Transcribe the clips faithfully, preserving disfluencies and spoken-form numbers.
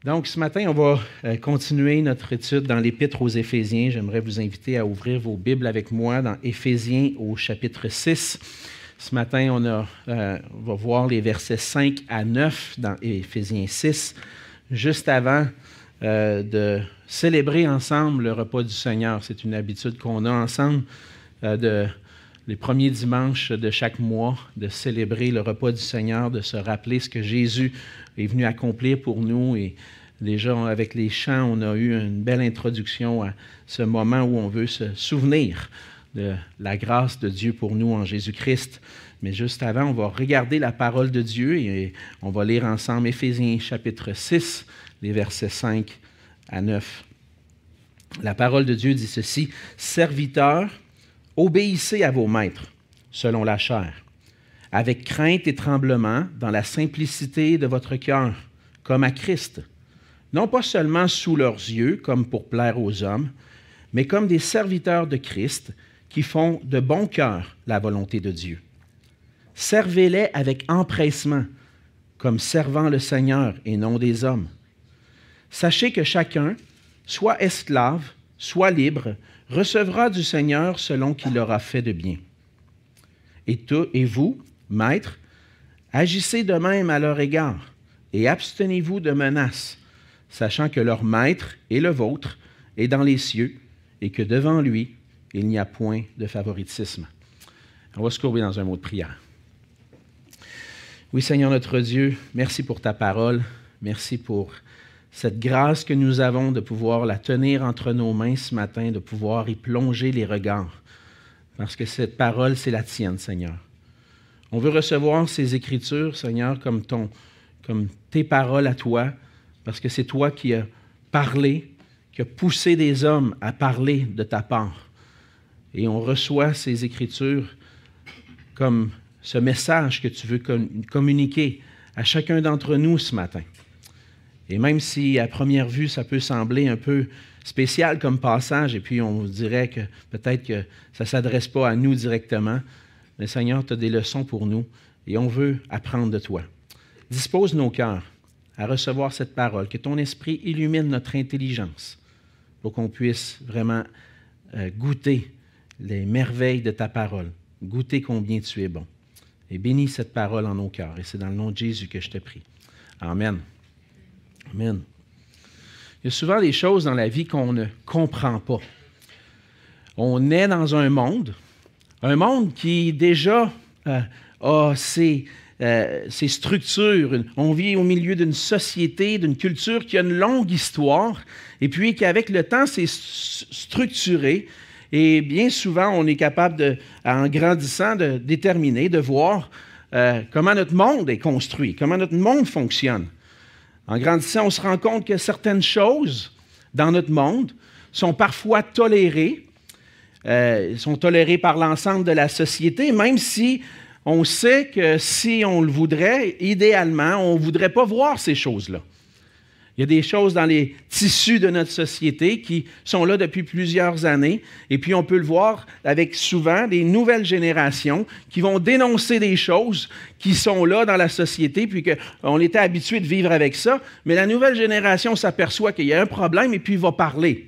Donc, ce matin, on va euh, continuer notre étude dans l'Épître aux Éphésiens. J'aimerais vous inviter à ouvrir vos Bibles avec moi dans Éphésiens au chapitre six. Ce matin, on, a, euh, on va voir les versets cinq à neuf dans Éphésiens six, juste avant euh, de célébrer ensemble le repas du Seigneur. C'est une habitude qu'on a ensemble euh, de, les premiers dimanches de chaque mois, de célébrer le repas du Seigneur, de se rappeler ce que Jésus est venu accomplir pour nous. Et déjà, avec les chants, on a eu une belle introduction à ce moment où on veut se souvenir de la grâce de Dieu pour nous en Jésus-Christ. Mais juste avant, on va regarder la parole de Dieu et on va lire ensemble Éphésiens chapitre six, les versets cinq à neuf. La parole de Dieu dit ceci: « Serviteurs, obéissez à vos maîtres, selon la chair, avec crainte et tremblement, dans la simplicité de votre cœur, comme à Christ, non pas seulement sous leurs yeux, comme pour plaire aux hommes, mais comme des serviteurs de Christ qui font de bon cœur la volonté de Dieu. Servez-les avec empressement, comme servant le Seigneur et non des hommes. Sachez que chacun, soit esclave, soit libre, recevra du Seigneur selon qu'il aura fait de bien. Et, tout, et vous, maîtres, agissez de même à leur égard et abstenez-vous de menaces, sachant que leur maître et le vôtre est dans les cieux et que devant lui, il n'y a point de favoritisme. » On va se courber dans un mot de prière. Oui, Seigneur notre Dieu, merci pour ta parole. Merci pour cette grâce que nous avons de pouvoir la tenir entre nos mains ce matin, de pouvoir y plonger les regards. Parce que cette parole, c'est la tienne, Seigneur. On veut recevoir ces Écritures, Seigneur, comme, ton, comme tes paroles à toi, parce que c'est toi qui as parlé, qui as poussé des hommes à parler de ta part. Et on reçoit ces Écritures comme ce message que tu veux communiquer à chacun d'entre nous ce matin. Et même si, à première vue, ça peut sembler un peu spécial comme passage, et puis on dirait que peut-être que ça ne s'adresse pas à nous directement, mais Seigneur, tu as des leçons pour nous, et on veut apprendre de toi. Dispose nos cœurs à recevoir cette parole, que ton esprit illumine notre intelligence, pour qu'on puisse vraiment euh, goûter les merveilles de ta parole, goûter combien tu es bon. Et bénis cette parole en nos cœurs, et c'est dans le nom de Jésus que je te prie. Amen. Amen. Il y a souvent des choses dans la vie qu'on ne comprend pas. On est dans un monde, un monde qui déjà euh, a ses, euh, ses structures. On vit au milieu d'une société, d'une culture qui a une longue histoire, et puis qu'avec le temps, c'est structuré. Et bien souvent, on est capable, de, en grandissant, de déterminer, de voir euh, comment notre monde est construit, comment notre monde fonctionne. En grandissant, on se rend compte que certaines choses dans notre monde sont parfois tolérées, euh, sont tolérées par l'ensemble de la société, même si on sait que si on le voudrait, idéalement, on ne voudrait pas voir ces choses-là. Il y a des choses dans les tissus de notre société qui sont là depuis plusieurs années, et puis on peut le voir avec souvent des nouvelles générations qui vont dénoncer des choses qui sont là dans la société, puis qu'on était habitué de vivre avec ça, mais la nouvelle génération s'aperçoit qu'il y a un problème et puis va parler.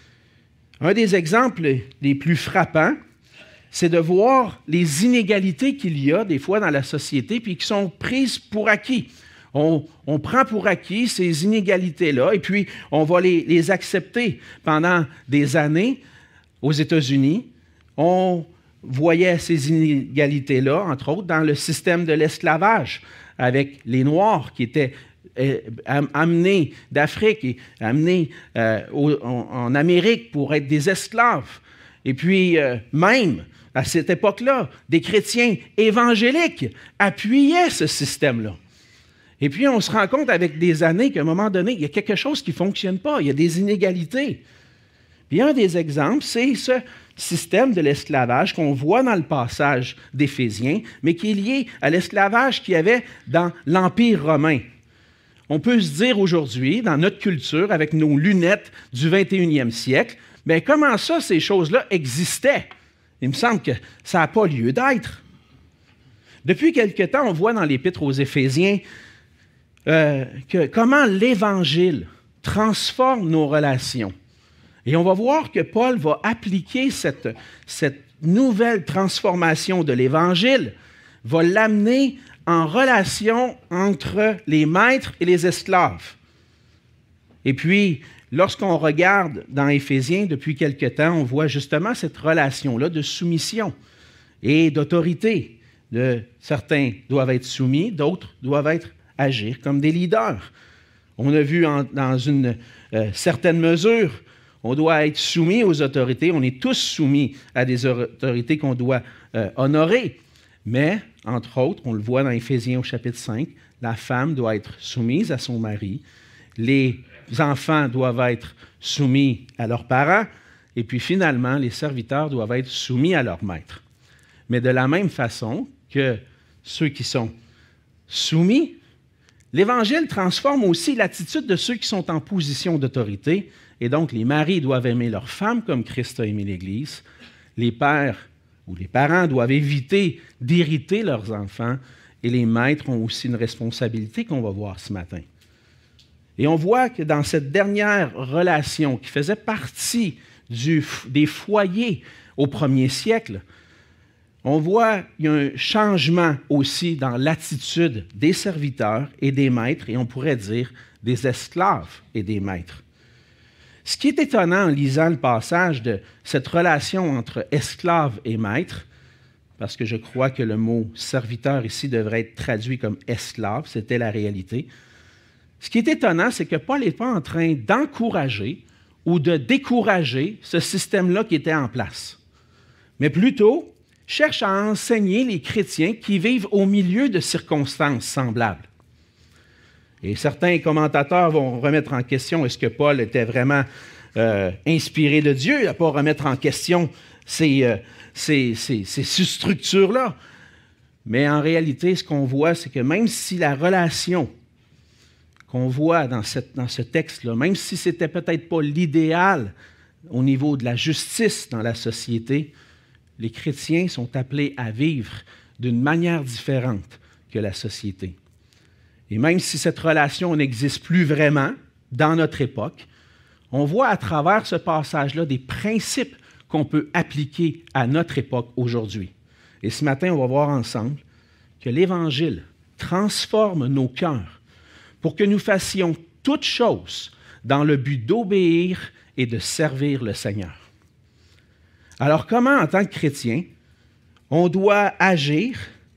Un des exemples les plus frappants, c'est de voir les inégalités qu'il y a des fois dans la société, puis qui sont prises pour acquis. On, on prend pour acquis ces inégalités-là et puis on va les, les accepter. Pendant des années, aux États-Unis, on voyait ces inégalités-là, entre autres, dans le système de l'esclavage, avec les Noirs qui étaient euh, amenés d'Afrique et amenés euh, au, en, en Amérique pour être des esclaves. Et puis, euh, même à cette époque-là, des chrétiens évangéliques appuyaient ce système-là. Et puis, on se rend compte avec des années qu'à un moment donné, il y a quelque chose qui ne fonctionne pas. Il y a des inégalités. Puis, un des exemples, c'est ce système de l'esclavage qu'on voit dans le passage d'Éphésiens, mais qui est lié à l'esclavage qu'il y avait dans l'Empire romain. On peut se dire aujourd'hui, dans notre culture, avec nos lunettes du vingt et unième siècle, bien, comment ça, ces choses-là existaient? Il me semble que ça n'a pas lieu d'être. Depuis quelque temps, on voit dans l'Épître aux Éphésiens euh, que, comment l'Évangile transforme nos relations. Et on va voir que Paul va appliquer cette, cette nouvelle transformation de l'Évangile, va l'amener en relation entre les maîtres et les esclaves. Et puis, lorsqu'on regarde dans Éphésiens, depuis quelque temps, on voit justement cette relation-là de soumission et d'autorité. De, certains doivent être soumis, d'autres doivent être agir comme des leaders. On a vu en, dans une euh, certaine mesure, on doit être soumis aux autorités. On est tous soumis à des autorités qu'on doit euh, honorer. Mais, entre autres, on le voit dans Éphésiens au chapitre cinq, la femme doit être soumise à son mari. Les enfants doivent être soumis à leurs parents. Et puis, finalement, les serviteurs doivent être soumis à leur maître. Mais de la même façon que ceux qui sont soumis, l'Évangile transforme aussi l'attitude de ceux qui sont en position d'autorité. Et donc, les maris doivent aimer leurs femmes comme Christ a aimé l'Église. Les pères ou les parents doivent éviter d'irriter leurs enfants. Et les maîtres ont aussi une responsabilité qu'on va voir ce matin. Et on voit que dans cette dernière relation qui faisait partie du, des foyers au premier siècle, on voit qu'il y a un changement aussi dans l'attitude des serviteurs et des maîtres, et on pourrait dire des esclaves et des maîtres. Ce qui est étonnant en lisant le passage de cette relation entre esclave et maître, parce que je crois que le mot serviteur ici devrait être traduit comme esclave, c'était la réalité. Ce qui est étonnant, c'est que Paul n'est pas en train d'encourager ou de décourager ce système-là qui était en place, mais plutôt cherche à enseigner les chrétiens qui vivent au milieu de circonstances semblables. Et certains commentateurs vont remettre en question est-ce que Paul était vraiment euh, inspiré de Dieu, à ne pas remettre en question ces, euh, ces, ces, ces structures-là. Mais en réalité, ce qu'on voit, c'est que même si la relation qu'on voit dans, cette, dans ce texte-là, même si ce n'était peut-être pas l'idéal au niveau de la justice dans la société, les chrétiens sont appelés à vivre d'une manière différente que la société. Et même si cette relation n'existe plus vraiment dans notre époque, on voit à travers ce passage-là des principes qu'on peut appliquer à notre époque aujourd'hui. Et ce matin, on va voir ensemble que l'Évangile transforme nos cœurs pour que nous fassions toutes choses dans le but d'obéir et de servir le Seigneur. Alors, comment, en tant que chrétien, on doit agir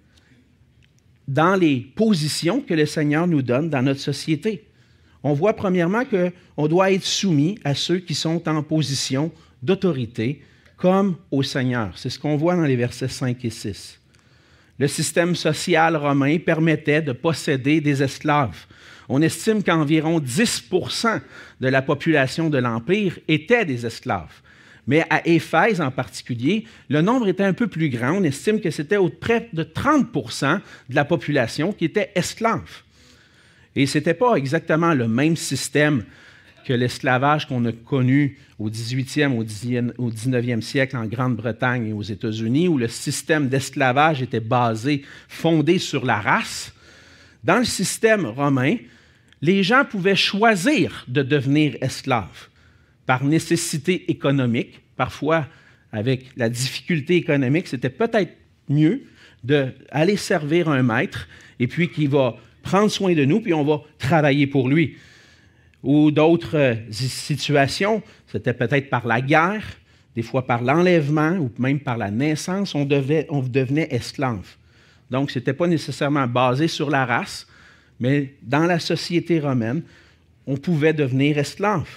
dans les positions que le Seigneur nous donne dans notre société? On voit premièrement qu'on doit être soumis à ceux qui sont en position d'autorité, comme au Seigneur. C'est ce qu'on voit dans les versets cinq et six. Le système social romain permettait de posséder des esclaves. On estime qu'environ dix pour cent de la population de l'Empire étaient des esclaves. Mais à Éphèse en particulier, le nombre était un peu plus grand. On estime que c'était près de trente pour cent de la population qui était esclave. Et ce n'était pas exactement le même système que l'esclavage qu'on a connu au dix-huitième, au dix-neuvième siècle en Grande-Bretagne et aux États-Unis, où le système d'esclavage était basé, fondé sur la race. Dans le système romain, les gens pouvaient choisir de devenir esclaves par nécessité économique. Parfois, avec la difficulté économique, c'était peut-être mieux d'aller servir un maître et puis qui va prendre soin de nous, puis on va travailler pour lui. Ou d'autres euh, situations, c'était peut-être par la guerre, des fois par l'enlèvement ou même par la naissance, on, devait, on devenait esclave. Donc, ce n'était pas nécessairement basé sur la race, mais dans la société romaine, on pouvait devenir esclave.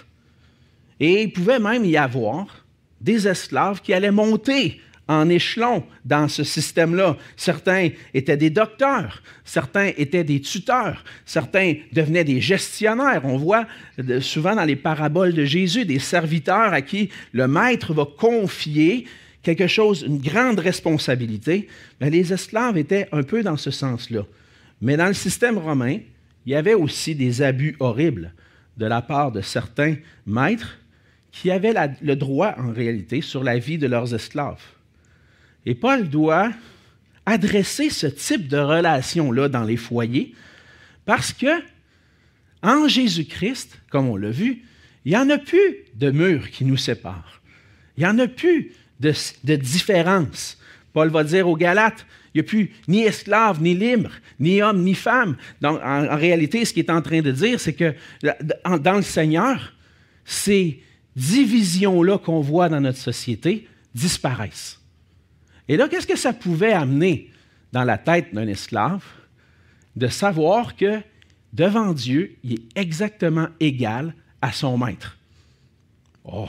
Et il pouvait même y avoir des esclaves qui allaient monter en échelon dans ce système-là. Certains étaient des docteurs, certains étaient des tuteurs, certains devenaient des gestionnaires. On voit souvent dans les paraboles de Jésus des serviteurs à qui le maître va confier quelque chose, une grande responsabilité. Mais les esclaves étaient un peu dans ce sens-là. Mais dans le système romain, il y avait aussi des abus horribles de la part de certains maîtres qui avaient la, le droit, en réalité, sur la vie de leurs esclaves. Et Paul doit adresser ce type de relation-là dans les foyers parce que En Jésus-Christ, comme on l'a vu, il n'y en a plus de mur qui nous séparent. Il n'y en a plus de, de différence. Paul va dire aux Galates, il n'y a plus ni esclave, ni libre, ni homme, ni femme. Donc, en, en réalité, ce qu'il est en train de dire, c'est que dans le Seigneur, ces divisions-là qu'on voit dans notre société disparaissent. Et là, qu'est-ce que ça pouvait amener dans la tête d'un esclave? De savoir que devant Dieu, il est exactement égal à son maître. Oh,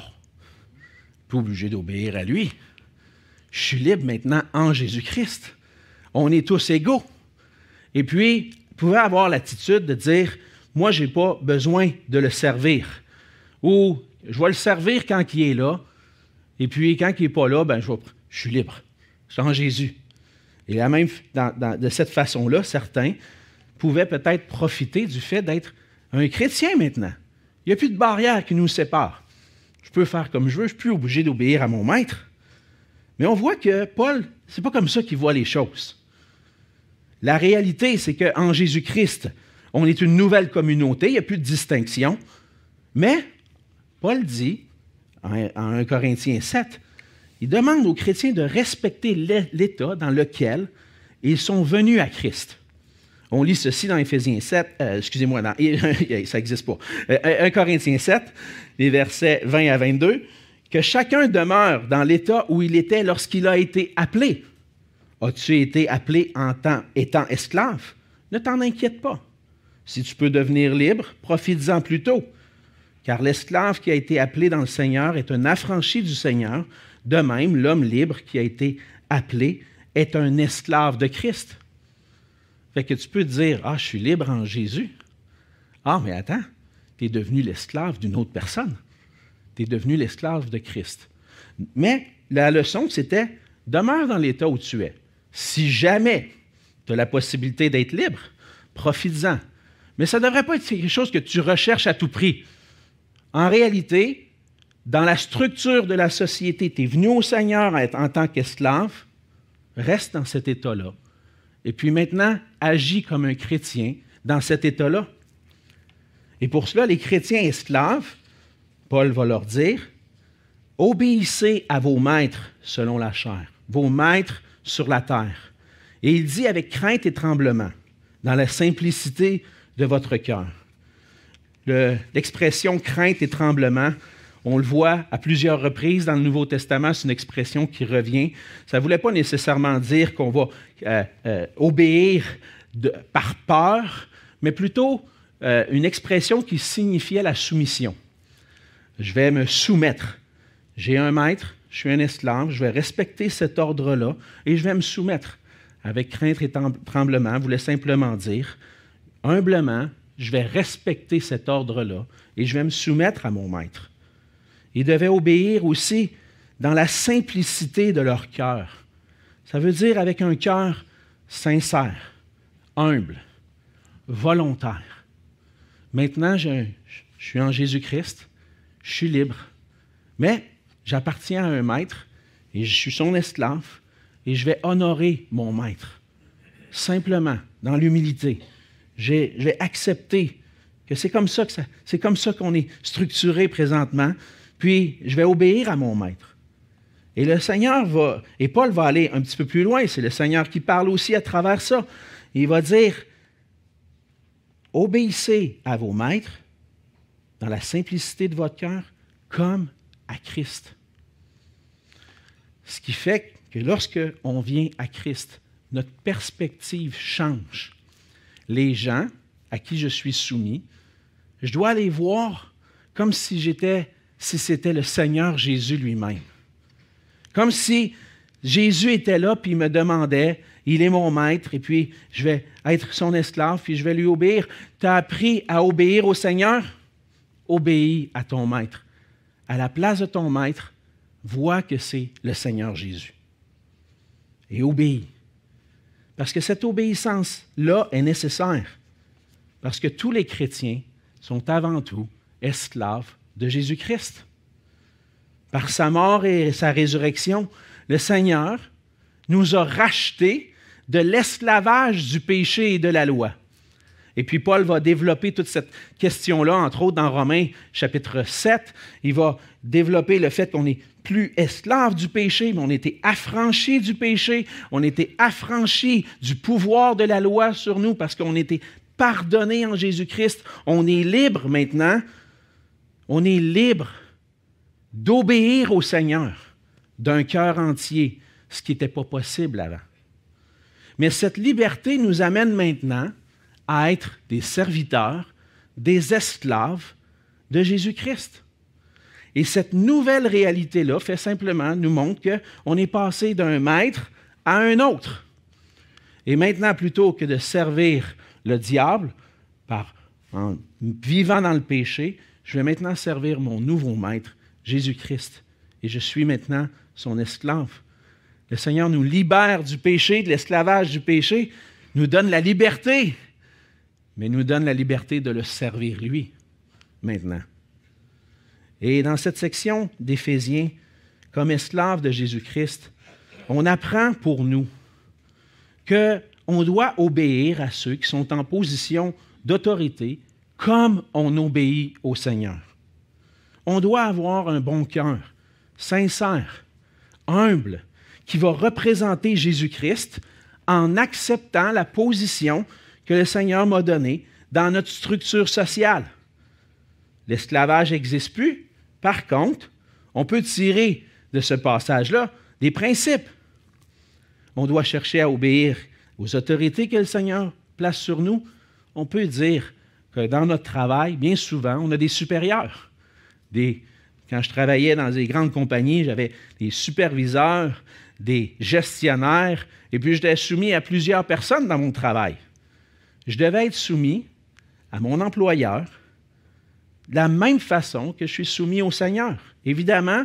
pas obligé d'obéir à lui. Je suis libre maintenant en Jésus-Christ. On est tous égaux. Et puis, vous pouvez avoir l'attitude de dire, moi, je n'ai pas besoin de le servir. Ou, je vais le servir quand il est là. Et puis, quand il n'est pas là, ben, je, vais, je suis libre. Je suis en Jésus. Et la même, dans, dans, de cette façon-là, certains pouvaient peut-être profiter du fait d'être un chrétien maintenant. Il n'y a plus de barrière qui nous sépare. Je peux faire comme je veux, je ne suis plus obligé d'obéir à mon maître. Mais on voit que Paul, ce n'est pas comme ça qu'il voit les choses. La réalité, c'est qu'en Jésus-Christ, on est une nouvelle communauté, il n'y a plus de distinction. Mais Paul dit, en un Corinthiens sept, il demande aux chrétiens de respecter l'état dans lequel ils sont venus à Christ. On lit ceci dans Éphésiens sept, euh, excusez-moi, dans, ça n'existe pas. un Corinthiens sept, les versets vingt à vingt-deux, que chacun demeure dans l'état où il était lorsqu'il a été appelé. As-tu été appelé en tant, étant esclave? Ne t'en inquiète pas. Si tu peux devenir libre, profites-en plutôt. Car l'esclave qui a été appelé dans le Seigneur est un affranchi du Seigneur. De même, l'homme libre qui a été appelé est un esclave de Christ. Fait que tu peux te dire, ah, je suis libre en Jésus. Ah, mais attends, tu es devenu l'esclave d'une autre personne. Tu es devenu l'esclave de Christ. Mais la leçon, c'était, demeure dans l'état où tu es. Si jamais tu as la possibilité d'être libre, profites-en. Mais ça ne devrait pas être quelque chose que tu recherches à tout prix. En réalité, dans la structure de la société, tu es venu au Seigneur en tant qu'esclave, reste dans cet état-là. Et puis maintenant, agis comme un chrétien dans cet état-là. Et pour cela, les chrétiens esclaves, Paul va leur dire, obéissez à vos maîtres selon la chair, vos maîtres sur la terre. Et il dit avec crainte et tremblement, dans la simplicité de votre cœur. Le, l'expression crainte et tremblement, on le voit à plusieurs reprises dans le Nouveau Testament, c'est une expression qui revient. Ça ne voulait pas nécessairement dire qu'on va euh, euh, obéir de, par peur, mais plutôt euh, une expression qui signifiait la soumission. Je vais me soumettre. J'ai un maître, je suis un esclave, je vais respecter cet ordre-là et je vais me soumettre. Avec crainte et tremblement, voulait simplement dire, humblement, je vais respecter cet ordre-là et je vais me soumettre à mon maître. Ils devaient obéir aussi dans la simplicité de leur cœur. Ça veut dire avec un cœur sincère, humble, volontaire. Maintenant, je, je suis en Jésus-Christ, je suis libre, mais j'appartiens à un maître et je suis son esclave et je vais honorer mon maître. Simplement, dans l'humilité, j'ai, je vais accepter que c'est comme ça que ça, c'est comme ça qu'on est structuré présentement. Puis, je vais obéir à mon maître. Et le Seigneur va, et Paul va aller un petit peu plus loin, c'est le Seigneur qui parle aussi à travers ça. Il va dire, obéissez à vos maîtres dans la simplicité de votre cœur, comme à Christ. Ce qui fait que lorsque on vient à Christ, notre perspective change. Les gens à qui je suis soumis, je dois les voir comme si j'étais si c'était le Seigneur Jésus lui-même. Comme si Jésus était là, puis il me demandait, il est mon maître, et puis je vais être son esclave, puis je vais lui obéir. Tu as appris à obéir au Seigneur? Obéis à ton maître. À la place de ton maître, vois que c'est le Seigneur Jésus. Et obéis. Parce que cette obéissance-là est nécessaire. Parce que tous les chrétiens sont avant tout esclaves de Jésus-Christ. Par sa mort et sa résurrection, le Seigneur nous a rachetés de l'esclavage du péché et de la loi. Et puis Paul va développer toute cette question-là, entre autres dans Romains chapitre sept. Il va développer le fait qu'on n'est plus esclave du péché, mais on était affranchi du péché, on était affranchi du pouvoir de la loi sur nous parce qu'on était pardonné en Jésus-Christ. On est libre maintenant, on est libre d'obéir au Seigneur d'un cœur entier, ce qui n'était pas possible avant. Mais cette liberté nous amène maintenant à être des serviteurs, des esclaves de Jésus-Christ. Et cette nouvelle réalité-là fait simplement nous montre qu'on est passé d'un maître à un autre. Et maintenant, plutôt que de servir le diable par, en vivant dans le péché, je vais maintenant servir mon nouveau maître, Jésus-Christ. Et je suis maintenant son esclave. Le Seigneur nous libère du péché, de l'esclavage du péché, nous donne la liberté, mais nous donne la liberté de le servir lui, maintenant. Et dans cette section d'Éphésiens, comme esclaves de Jésus-Christ, on apprend pour nous qu'on doit obéir à ceux qui sont en position d'autorité comme on obéit au Seigneur. On doit avoir un bon cœur, sincère, humble, qui va représenter Jésus-Christ en acceptant la position que le Seigneur m'a donnée dans notre structure sociale. L'esclavage n'existe plus. Par contre, on peut tirer de ce passage-là des principes. On doit chercher à obéir aux autorités que le Seigneur place sur nous. On peut dire que dans notre travail, bien souvent, on a des supérieurs. Des, quand je travaillais dans des grandes compagnies, j'avais des superviseurs, des gestionnaires, et puis j'étais soumis à plusieurs personnes dans mon travail. Je devais être soumis à mon employeur de la même façon que je suis soumis au Seigneur. Évidemment,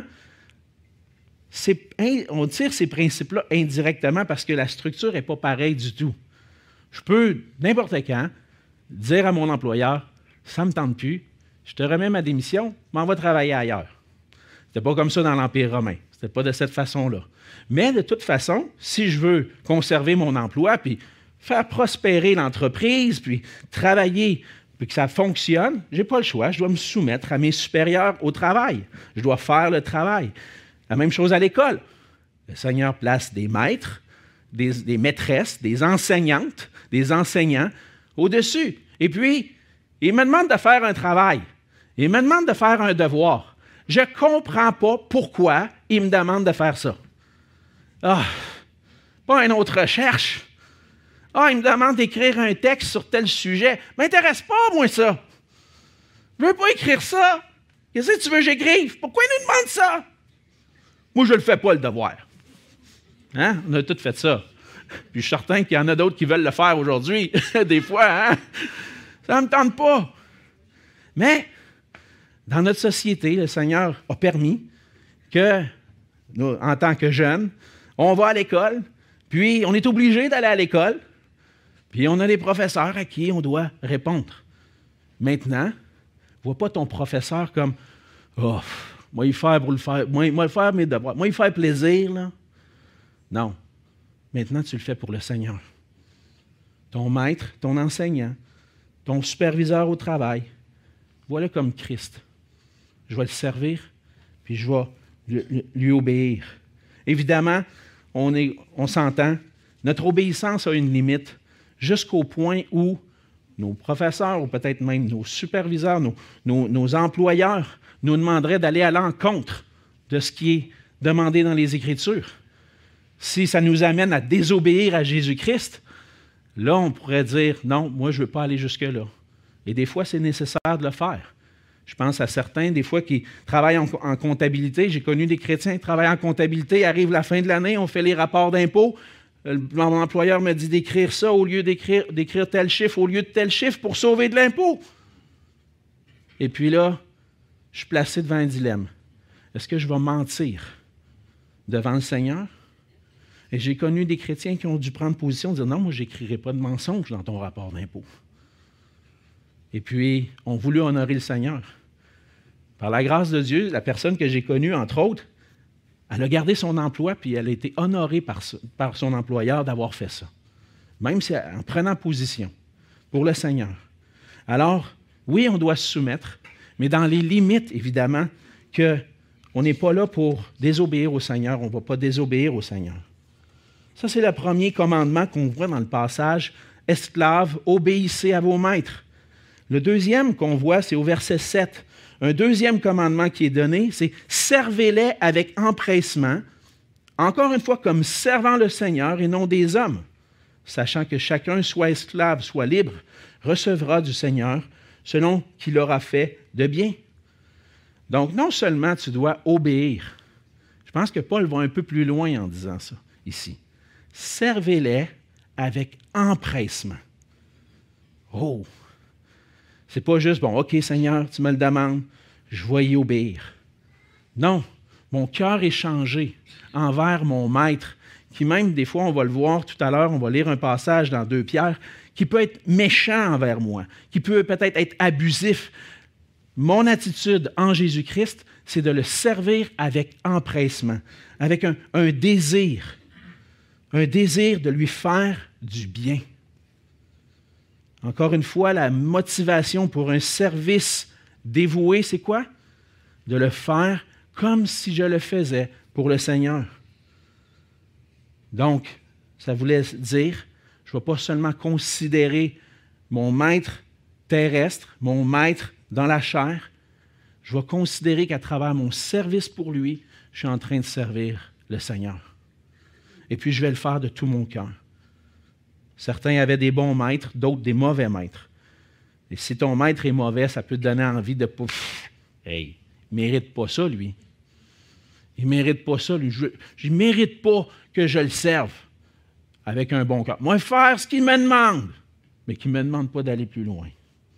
c'est, on tire ces principes-là indirectement parce que la structure n'est pas pareille du tout. Je peux, n'importe quand, dire à mon employeur, « ça ne me tente plus, je te remets ma démission, m'en va travailler ailleurs. » Ce n'était pas comme ça dans l'Empire romain. Ce n'était pas de cette façon-là. Mais de toute façon, si je veux conserver mon emploi, puis faire prospérer l'entreprise, puis travailler, puis que ça fonctionne, je n'ai pas le choix. Je dois me soumettre à mes supérieurs au travail. Je dois faire le travail. La même chose à l'école. Le Seigneur place des maîtres, des, des maîtresses, des enseignantes, des enseignants au-dessus. Et puis, il me demande de faire un travail. Il me demande de faire un devoir. Je ne comprends pas pourquoi il me demande de faire ça. Ah, pas une autre recherche. Ah, il me demande d'écrire un texte sur tel sujet. M'intéresse pas, moi, ça. Je ne veux pas écrire ça. Qu'est-ce que tu veux que j'écrive? Pourquoi il nous demande ça? Moi, je ne le fais pas, le devoir. Hein? On a tous fait ça. Puis je suis certain qu'il y en a d'autres qui veulent le faire aujourd'hui. Des fois, hein? Ça ne me tente pas. Mais, dans notre société, le Seigneur a permis que, nous, en tant que jeunes, on va à l'école, puis on est obligé d'aller à l'école, puis on a des professeurs à qui on doit répondre. Maintenant, ne vois pas ton professeur comme « Oh, moi, il faire pour le faire, moi, moi, le faire mes devoirs, moi, il faire plaisir, là. » Non. Maintenant, tu le fais pour le Seigneur. Ton maître, ton enseignant, ton superviseur au travail, voilà comme Christ. Je vais le servir, puis je vais lui, lui obéir. Évidemment, on, est, on s'entend, notre obéissance a une limite jusqu'au point où nos professeurs ou peut-être même nos superviseurs, nos, nos, nos employeurs nous demanderaient d'aller à l'encontre de ce qui est demandé dans les Écritures. Si ça nous amène à désobéir à Jésus-Christ, là, on pourrait dire, non, moi, je ne veux pas aller jusque-là. Et des fois, c'est nécessaire de le faire. Je pense à certains, des fois, qui travaillent en, en comptabilité. J'ai connu des chrétiens qui travaillent en comptabilité, arrive la fin de l'année, on fait les rapports d'impôts. Mon employeur me dit d'écrire ça au lieu d'écrire, d'écrire tel chiffre, au lieu de tel chiffre pour sauver de l'impôt. Et puis là, je suis placé devant un dilemme. Est-ce que je vais mentir devant le Seigneur? Et j'ai connu des chrétiens qui ont dû prendre position et dire « Non, moi, je n'écrirai pas de mensonge dans ton rapport d'impôt. » Et puis, on voulu honorer le Seigneur. Par la grâce de Dieu, la personne que j'ai connue, entre autres, elle a gardé son emploi, puis elle a été honorée par, par son employeur d'avoir fait ça. Même si, en prenant position. pour le Seigneur. Alors, oui, on doit se soumettre, mais dans les limites, évidemment, qu'on n'est pas là pour désobéir au Seigneur, on ne va pas désobéir au Seigneur. Ça, c'est le premier commandement qu'on voit dans le passage. « Esclaves, obéissez à vos maîtres ». Le deuxième qu'on voit, c'est au verset sept. Un deuxième commandement qui est donné, c'est « Servez-les avec empressement, encore une fois comme servant le Seigneur et non des hommes, sachant que chacun, soit esclave, soit libre, recevra du Seigneur selon qu'il aura fait de bien. » Donc, non seulement tu dois obéir, je pense que Paul va un peu plus loin en disant ça ici. Servez-les avec empressement. Oh! C'est pas juste, bon, OK, Seigneur, tu me le demandes, je vais y obéir. Non, mon cœur est changé envers mon maître, qui même, des fois, on va le voir tout à l'heure, on va lire un passage dans deux Pierre, qui peut être méchant envers moi, qui peut peut-être être abusif. Mon attitude en Jésus-Christ, c'est de le servir avec empressement, avec un, un désir, un désir de lui faire du bien. Encore une fois, la motivation pour un service dévoué, c'est quoi? De le faire comme si je le faisais pour le Seigneur. Donc, ça voulait dire, je ne vais pas seulement considérer mon maître terrestre, mon maître dans la chair, je vais considérer qu'à travers mon service pour lui, je suis en train de servir le Seigneur. Et puis, je vais le faire de tout mon cœur. Certains avaient des bons maîtres, d'autres des mauvais maîtres. Et si ton maître est mauvais, ça peut te donner envie de pas. Hey, il ne mérite pas ça, lui. Il ne mérite pas ça, lui. Je ne mérite pas que je le serve avec un bon cœur. Moi, faire ce qu'il me demande, mais qu'il ne me demande pas d'aller plus loin.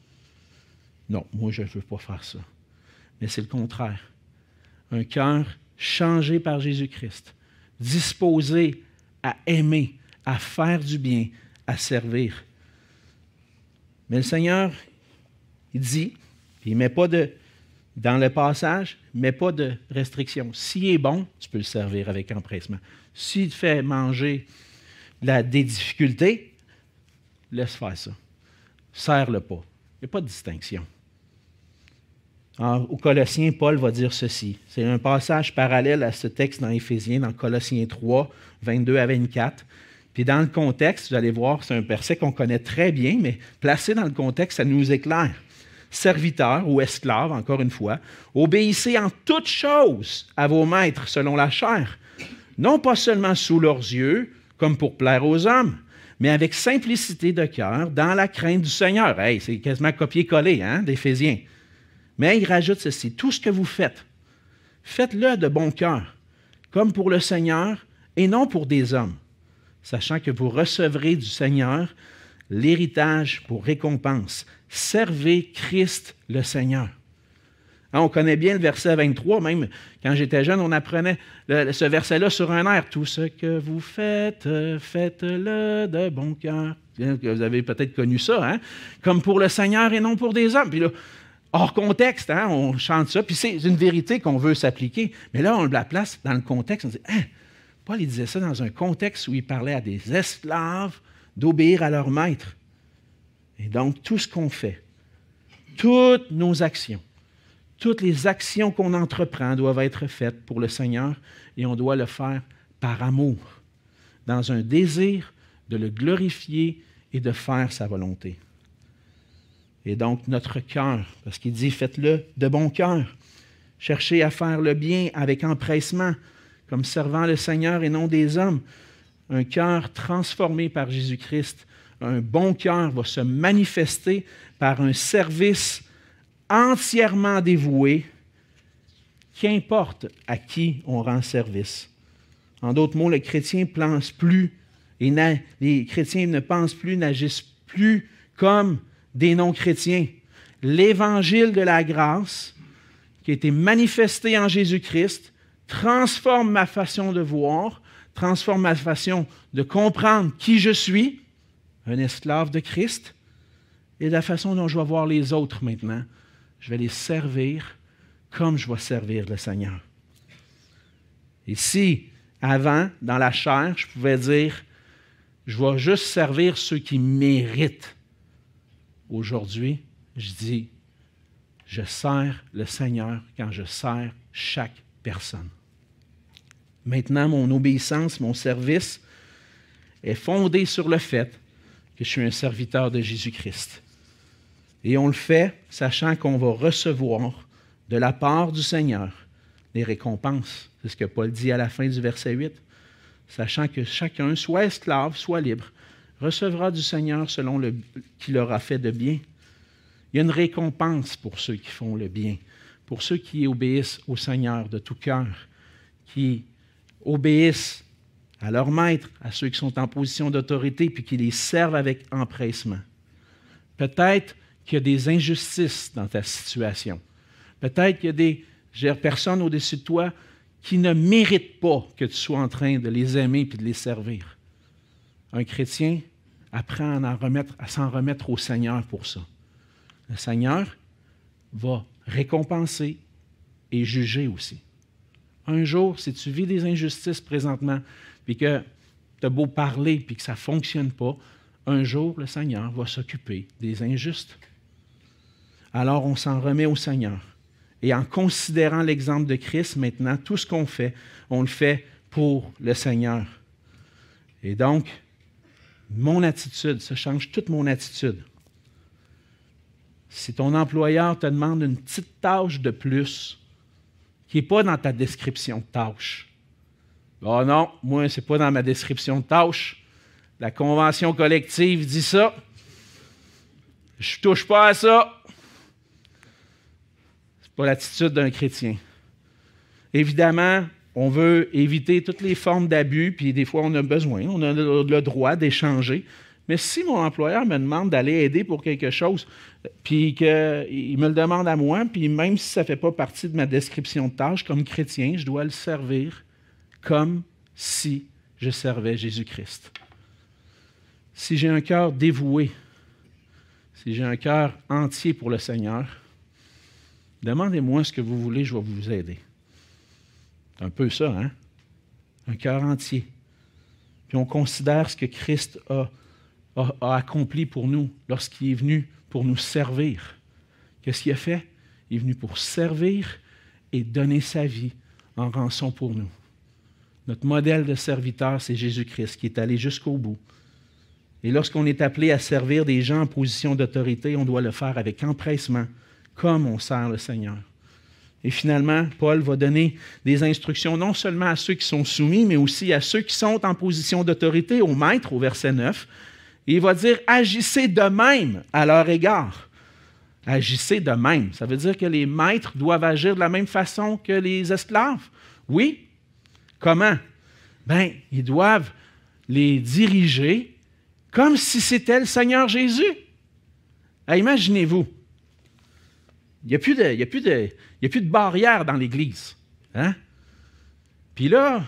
Non, moi, je ne veux pas faire ça. Mais c'est le contraire. Un cœur changé par Jésus-Christ, disposé à aimer, à faire du bien, à servir. Mais le Seigneur, il dit, il ne met pas de, dans le passage, il ne met pas de restriction. S'il est bon, tu peux le servir avec empressement. S'il te fait manger la, des difficultés, laisse faire ça. Serre-le pas. Il n'y a pas de distinction. Alors, au Colossiens, Paul va dire ceci. C'est un passage parallèle à ce texte dans Éphésiens, dans Colossiens trois, vingt-deux à vingt-quatre. Puis dans le contexte, vous allez voir, c'est un verset qu'on connaît très bien, mais placé dans le contexte, ça nous éclaire. Serviteurs ou esclaves, encore une fois, obéissez en toutes choses à vos maîtres selon la chair, non pas seulement sous leurs yeux, comme pour plaire aux hommes, mais avec simplicité de cœur, dans la crainte du Seigneur. Hey, c'est quasiment copier-coller, hein, d'Éphésiens. Mais il rajoute ceci, tout ce que vous faites, faites-le de bon cœur, comme pour le Seigneur et non pour des hommes, sachant que vous recevrez du Seigneur l'héritage pour récompense. Servez Christ le Seigneur. Hein, on connaît bien le verset vingt-trois, même quand j'étais jeune, on apprenait le, ce verset-là sur un air. Tout ce que vous faites, faites-le de bon cœur. Vous avez peut-être connu ça, hein? Comme pour le Seigneur et non pour des hommes. Puis là, hors contexte, hein, on chante ça, puis c'est une vérité qu'on veut s'appliquer. Mais là, on la place dans le contexte, on dit, hein, Paul il disait ça dans un contexte où il parlait à des esclaves d'obéir à leur maître. Et donc, tout ce qu'on fait, toutes nos actions, toutes les actions qu'on entreprend doivent être faites pour le Seigneur et on doit le faire par amour, dans un désir de le glorifier et de faire sa volonté. Et donc, notre cœur, parce qu'il dit, faites-le de bon cœur. Cherchez à faire le bien avec empressement, comme servant le Seigneur et non des hommes. Un cœur transformé par Jésus-Christ, un bon cœur va se manifester par un service entièrement dévoué, qu'importe à qui on rend service. En d'autres mots, le chrétien ne pense plus, et les chrétiens ne pensent plus, n'agissent plus comme des non-chrétiens. L'évangile de la grâce, qui a été manifesté en Jésus-Christ, transforme ma façon de voir, transforme ma façon de comprendre qui je suis, un esclave de Christ, et la façon dont je vais voir les autres maintenant. Je vais les servir comme je vais servir le Seigneur. Et si, avant, dans la chair, je pouvais dire, je vais juste servir ceux qui méritent aujourd'hui, je dis, je sers le Seigneur quand je sers chaque personne. Maintenant, mon obéissance, mon service est fondé sur le fait que je suis un serviteur de Jésus-Christ. Et on le fait sachant qu'on va recevoir de la part du Seigneur des récompenses. C'est ce que Paul dit à la fin du verset huit. Sachant que chacun, soit esclave, soit libre, recevra du Seigneur selon le qu'il aura fait de bien. Il y a une récompense pour ceux qui font le bien, pour ceux qui obéissent au Seigneur de tout cœur, qui obéissent à leur maître, à ceux qui sont en position d'autorité, puis qui les servent avec empressement. Peut-être qu'il y a des injustices dans ta situation. Peut-être qu'il y a des personnes au-dessus de toi qui ne méritent pas que tu sois en train de les aimer et de les servir. Un chrétien apprend à, en remettre, à s'en remettre au Seigneur pour ça. Le Seigneur va récompenser et juger aussi. Un jour, si tu vis des injustices présentement, puis que tu as beau parler, puis que ça ne fonctionne pas, un jour, le Seigneur va s'occuper des injustes. Alors, on s'en remet au Seigneur. Et en considérant l'exemple de Christ, maintenant, tout ce qu'on fait, on le fait pour le Seigneur. Et donc, mon attitude, ça change toute mon attitude. Si ton employeur te demande une petite tâche de plus, qui n'est pas dans ta description de tâche. Oh non, moi, ce n'est pas dans ma description de tâche. La convention collective dit ça. Je ne touche pas à ça. Ce n'est pas l'attitude d'un chrétien. Évidemment, on veut éviter toutes les formes d'abus, puis des fois, on a besoin, on a le droit d'échanger. Mais si mon employeur me demande d'aller aider pour quelque chose, puis qu'il me le demande à moi, puis même si ça ne fait pas partie de ma description de tâche, comme chrétien, je dois le servir comme si je servais Jésus-Christ. Si j'ai un cœur dévoué, si j'ai un cœur entier pour le Seigneur, demandez-moi ce que vous voulez, je vais vous aider. C'est un peu ça, hein? Un cœur entier. Puis on considère ce que Christ a A, a accompli pour nous lorsqu'il est venu pour nous servir. Qu'est-ce qu'il a fait? Il est venu pour servir et donner sa vie en rançon pour nous. Notre modèle de serviteur, c'est Jésus-Christ qui est allé jusqu'au bout. Et lorsqu'on est appelé à servir des gens en position d'autorité, on doit le faire avec empressement, comme on sert le Seigneur. Et finalement, Paul va donner des instructions non seulement à ceux qui sont soumis, mais aussi à ceux qui sont en position d'autorité, au maître, au verset neuf. Et il va dire, agissez de même à leur égard. Agissez de même. Ça veut dire que les maîtres doivent agir de la même façon que les esclaves. Oui. Comment? Bien, ils doivent les diriger comme si c'était le Seigneur Jésus. Ah, imaginez-vous. Il n'y a plus de, il y a plus de, il y a plus de barrière dans l'Église. Hein? Puis là,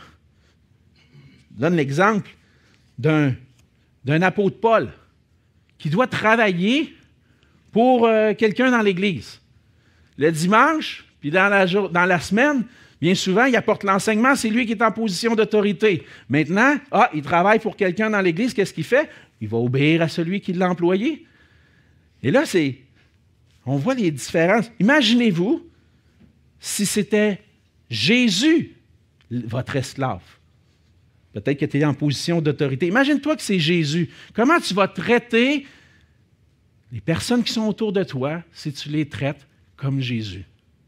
je donne l'exemple d'un d'un apôtre Paul qui doit travailler pour euh, quelqu'un dans l'Église. Le dimanche, puis dans la, jour, dans la semaine, bien souvent, il apporte l'enseignement, c'est lui qui est en position d'autorité. Maintenant, ah, il travaille pour quelqu'un dans l'Église, qu'est-ce qu'il fait? Il va obéir à celui qui l'a employé. Et là, c'est, on voit les différences. Imaginez-vous si c'était Jésus, votre esclave. Peut-être que tu es en position d'autorité. Imagine-toi que c'est Jésus. Comment tu vas traiter les personnes qui sont autour de toi si tu les traites comme Jésus?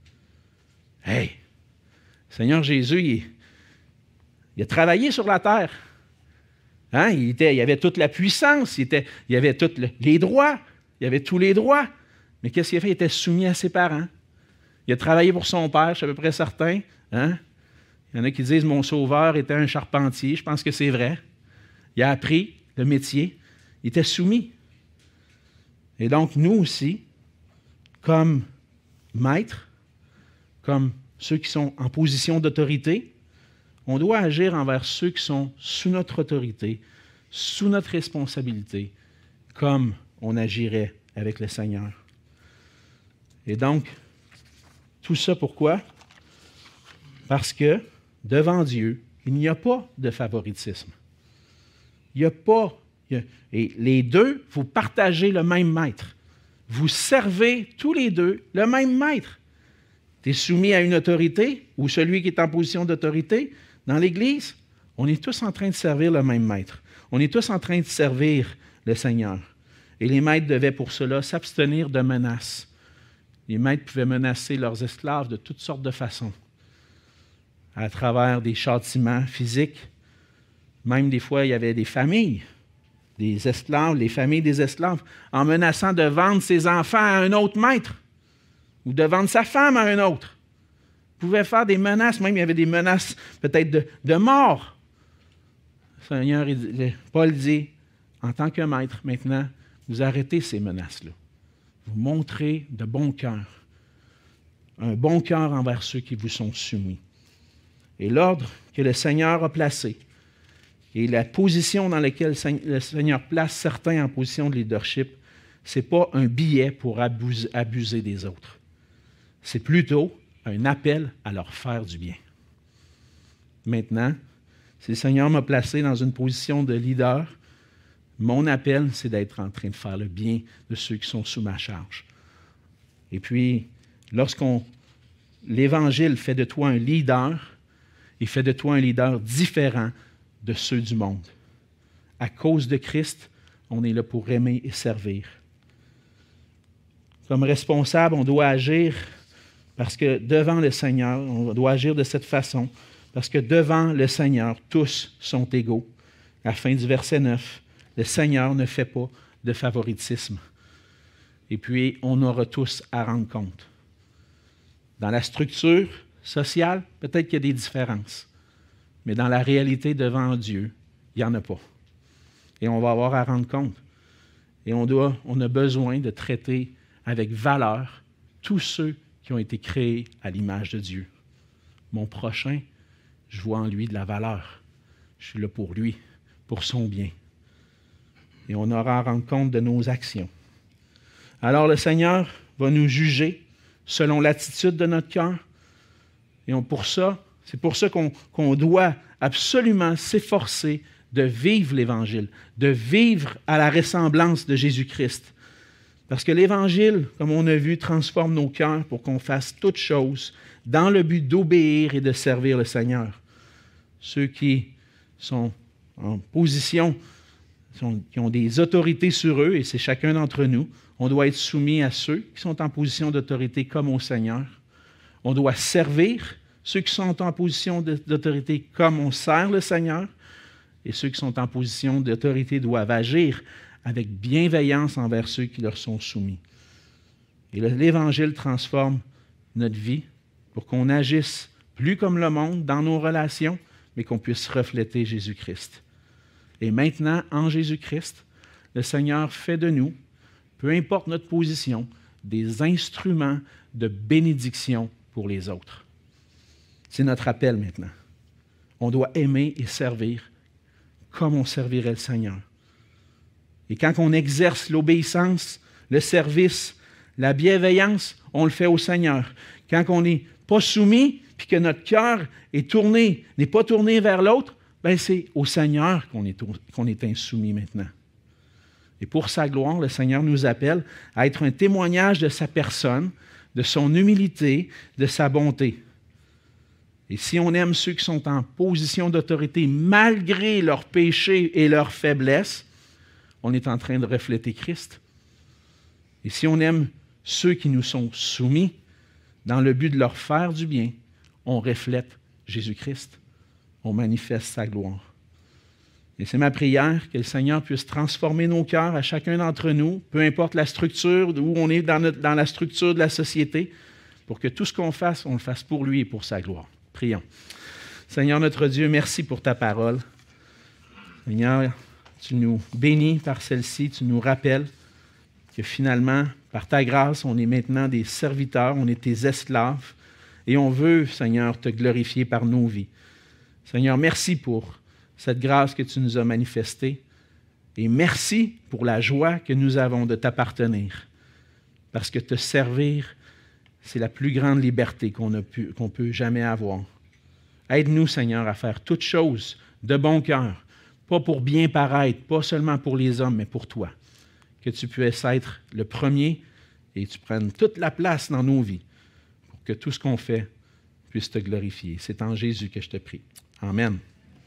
Hey! Seigneur Jésus, il, il a travaillé sur la terre. Hein? Il, était, il avait toute la puissance, il, était, il avait tous le, les droits, il avait tous les droits. Mais qu'est-ce qu'il a fait? Il était soumis à ses parents. Il a travaillé pour son père, je suis à peu près certain. Hein? Il y en a qui disent « Mon sauveur était un charpentier ». Je pense que c'est vrai. Il a appris le métier. Il était soumis. Et donc, nous aussi, comme maîtres, comme ceux qui sont en position d'autorité, on doit agir envers ceux qui sont sous notre autorité, sous notre responsabilité, comme on agirait avec le Seigneur. Et donc, tout ça pourquoi? Parce que devant Dieu, il n'y a pas de favoritisme. Il n'y a pas... Il y a, et les deux, vous partagez le même maître. vous servez tous les deux le même maître. Tu es soumis à une autorité ou celui qui est en position d'autorité dans l'Église. On est tous en train de servir le même maître. On est tous en train de servir le Seigneur. Et les maîtres devaient pour cela s'abstenir de menaces. Les maîtres pouvaient menacer leurs esclaves de toutes sortes de façons, à travers des châtiments physiques. Même des fois, il y avait des familles, des esclaves, les familles des esclaves, en menaçant de vendre ses enfants à un autre maître ou de vendre sa femme à un autre. Ils pouvaient faire des menaces, même il y avait des menaces peut-être de, de mort. Le Seigneur, Paul dit, en tant que maître, maintenant, vous arrêtez ces menaces-là. Vous montrez de bon cœur, un bon cœur envers ceux qui vous sont soumis. Et l'ordre que le Seigneur a placé et la position dans laquelle le Seigneur place certains en position de leadership, ce n'est pas un billet pour abuser, abuser des autres. C'est plutôt un appel à leur faire du bien. Maintenant, si le Seigneur m'a placé dans une position de leader, mon appel, c'est d'être en train de faire le bien de ceux qui sont sous ma charge. Et puis, lorsqu'on l'Évangile fait de toi un leader, il fait de toi un leader différent de ceux du monde. À cause de Christ, on est là pour aimer et servir. Comme responsable, on doit agir parce que devant le Seigneur, on doit agir de cette façon, parce que devant le Seigneur, tous sont égaux. À la fin du verset neuf, le Seigneur ne fait pas de favoritisme. Et puis, on aura tous à rendre compte. Dans la structure sociale, peut-être qu'il y a des différences. Mais dans la réalité devant Dieu, il n'y en a pas. Et on va avoir à rendre compte. Et on, doit, on a besoin de traiter avec valeur tous ceux qui ont été créés à l'image de Dieu. Mon prochain, je vois en lui de la valeur. Je suis là pour lui, pour son bien. Et on aura à rendre compte de nos actions. Alors le Seigneur va nous juger selon l'attitude de notre cœur. Et on, pour ça, c'est pour ça qu'on, qu'on doit absolument s'efforcer de vivre l'Évangile, de vivre à la ressemblance de Jésus-Christ. Parce que l'Évangile, comme on a vu, transforme nos cœurs pour qu'on fasse toutes choses dans le but d'obéir et de servir le Seigneur. Ceux qui sont en position, sont, qui ont des autorités sur eux, et c'est chacun d'entre nous, on doit être soumis à ceux qui sont en position d'autorité comme au Seigneur. On doit servir ceux qui sont en position d'autorité comme on sert le Seigneur. Et ceux qui sont en position d'autorité doivent agir avec bienveillance envers ceux qui leur sont soumis. Et l'Évangile transforme notre vie pour qu'on agisse plus comme le monde dans nos relations, mais qu'on puisse refléter Jésus-Christ. Et maintenant, en Jésus-Christ, le Seigneur fait de nous, peu importe notre position, des instruments de bénédiction pour les autres. C'est notre appel maintenant. On doit aimer et servir comme on servirait le Seigneur. Et quand on exerce l'obéissance, le service, la bienveillance, on le fait au Seigneur. Quand on n'est pas soumis, puis que notre cœur est tourné, n'est pas tourné vers l'autre, ben c'est au Seigneur qu'on est, qu'on est insoumis maintenant. Et pour sa gloire, le Seigneur nous appelle à être un témoignage de sa personne, de son humilité, de sa bonté. Et si on aime ceux qui sont en position d'autorité malgré leurs péchés et leurs faiblesses, on est en train de refléter Christ. Et si on aime ceux qui nous sont soumis dans le but de leur faire du bien, on reflète Jésus-Christ. On manifeste sa gloire. Et c'est ma prière que le Seigneur puisse transformer nos cœurs à chacun d'entre nous, peu importe la structure, où on est dans, notre, dans la structure de la société, pour que tout ce qu'on fasse, on le fasse pour lui et pour sa gloire. Prions. Seigneur notre Dieu, merci pour ta parole. Seigneur, tu nous bénis par celle-ci, tu nous rappelles que finalement, par ta grâce, on est maintenant des serviteurs, on est tes esclaves, et on veut, Seigneur, te glorifier par nos vies. Seigneur, merci pour cette grâce que tu nous as manifestée, et merci pour la joie que nous avons de t'appartenir, parce que te servir, c'est la plus grande liberté qu'on a pu, qu'on peut jamais avoir. Aide-nous, Seigneur, à faire toutes choses de bon cœur, pas pour bien paraître, pas seulement pour les hommes, mais pour toi. Que tu puisses être le premier et tu prennes toute la place dans nos vies pour que tout ce qu'on fait puisse te glorifier. C'est en Jésus que je te prie. Amen.